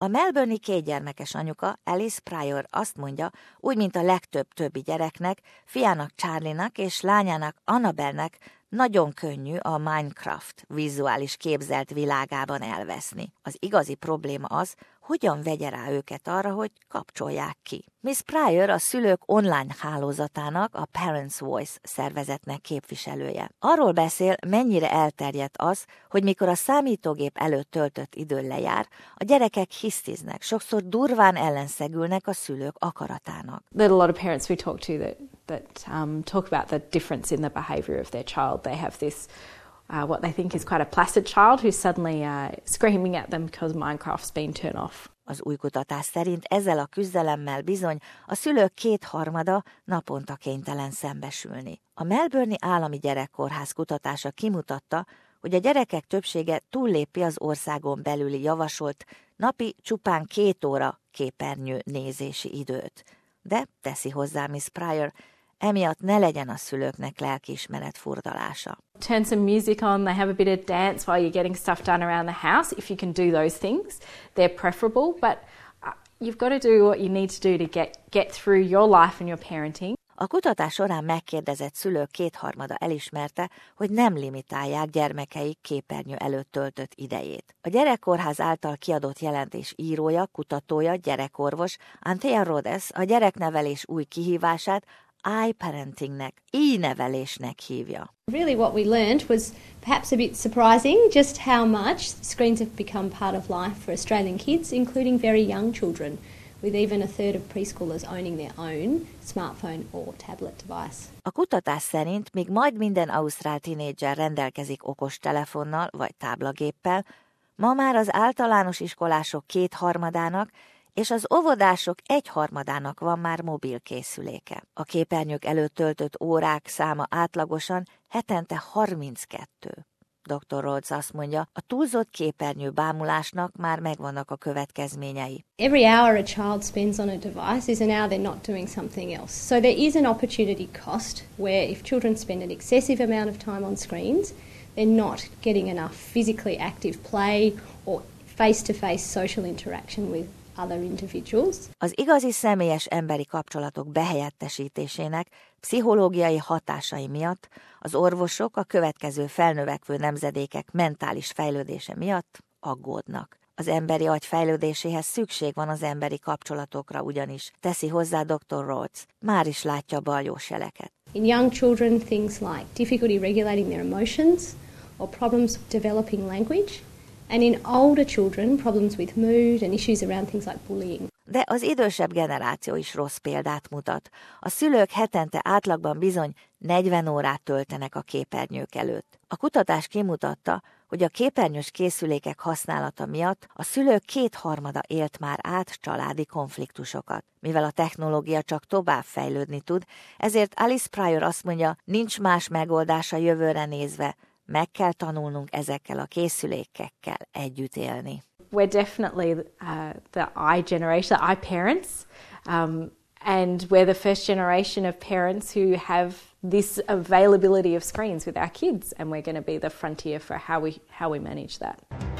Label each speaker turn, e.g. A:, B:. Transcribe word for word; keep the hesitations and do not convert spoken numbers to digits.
A: A melbourne-i kétgyermekes anyuka Alice Pryor azt mondja, úgy, mint a legtöbb többi gyereknek, fiának Charlie-nak és lányának Annabelle-nek nagyon könnyű a Minecraft vizuális képzelt világában elveszni. Az igazi probléma az, hogyan vegye rá őket arra, hogy kapcsolják ki. Miss Pryor a szülők online hálózatának, a Parents Voice szervezetnek képviselője. Arról beszél, mennyire elterjedt az, hogy mikor a számítógép előtt töltött idő lejár, a gyerekek hisztiznek, sokszor durván ellenszegülnek a szülők akaratának.
B: There are a lot of parents we talk to that, that um, talk about the difference in the behaviour of their child. They have this Uh, what they think is quite a placid child who's suddenly uh, screaming at them because Minecraft's been turned off.
A: Az új kutatás szerint ezzel a küzdelemmel bizony a szülők kétharmada naponta kénytelen szembesülni. A Melbourne-i állami gyerekkórház kutatása kimutatta, hogy a gyerekek többsége túllépi az országon belüli javasolt napi csupán két óra képernyő nézési időt. De, teszi hozzá Miss Pryor, emiatt ne legyen a szülőknek lelkiismeret furdalása.
B: Turn some music on, they have a bit of dance while you're getting stuff done around the house. If you can do those things, they're preferable, but you've got to do what you need to do to get, get through your life and your parenting.
A: A kutatás során megkérdezett szülők kétharmada elismerte, hogy nem limitálják gyermekeik képernyő előtt töltött idejét. A gyerekkórház által kiadott jelentés írója, kutatója, gyerekorvos Anthea Rhodes a gyereknevelés új kihívását iParentingnek, i-nevelésnek hívja.
C: Really what we learned was perhaps a bit surprising just how much screens have become part of life for Australian kids, including very young children, with even a third of preschoolers owning their own smartphone or tablet device.
A: A kutatás szerint, míg majd minden ausztrál tínédzser rendelkezik okostelefonnal vagy táblagéppel, ma már az általános iskolások kétharmadának és az óvodások egyharmadának van már mobilkészüléke. A képernyők előtt töltött órák száma átlagosan hetente harminckettő. doktor Rhodes azt mondja, a túlzott képernyő bámulásnak már megvannak a következményei.
C: Every hour a child spends on a device is an hour they're not doing something else. So there is an opportunity cost where if children spend an excessive amount of time on screens, they're not getting enough physically active play or face-to-face social interaction with other individuals.
A: Az igazi személyes emberi kapcsolatok behelyettesítésének pszichológiai hatásai miatt az orvosok a következő felnövekvő nemzedékek mentális fejlődése miatt aggódnak. Az emberi agy fejlődéséhez szükség van az emberi kapcsolatokra ugyanis, teszi hozzá doktor Rhodes. Már is látja a baljós jeleket.
C: In young children, things like difficulty regulating their emotions or problems developing language. And in older children, problems with mood and issues around things like bullying.
A: De az idősebb generáció is rossz példát mutat. A szülők hetente átlagban bizony negyven órát töltenek a képernyők előtt. A kutatás kimutatta, hogy a képernyős készülékek használata miatt a szülők kétharmada élt már át családi konfliktusokat. Mivel a technológia csak tovább fejlődni tud, ezért Alice Pryor azt mondja, nincs más megoldás a jövőre nézve, meg kell tanulnunk ezekkel a készülékekkel együtt élni.
B: We're definitely uh, the I generation, the I parents, um, and we're the first generation of parents who have this availability of screens with our kids, and we're going to be the frontier for how we how we manage that.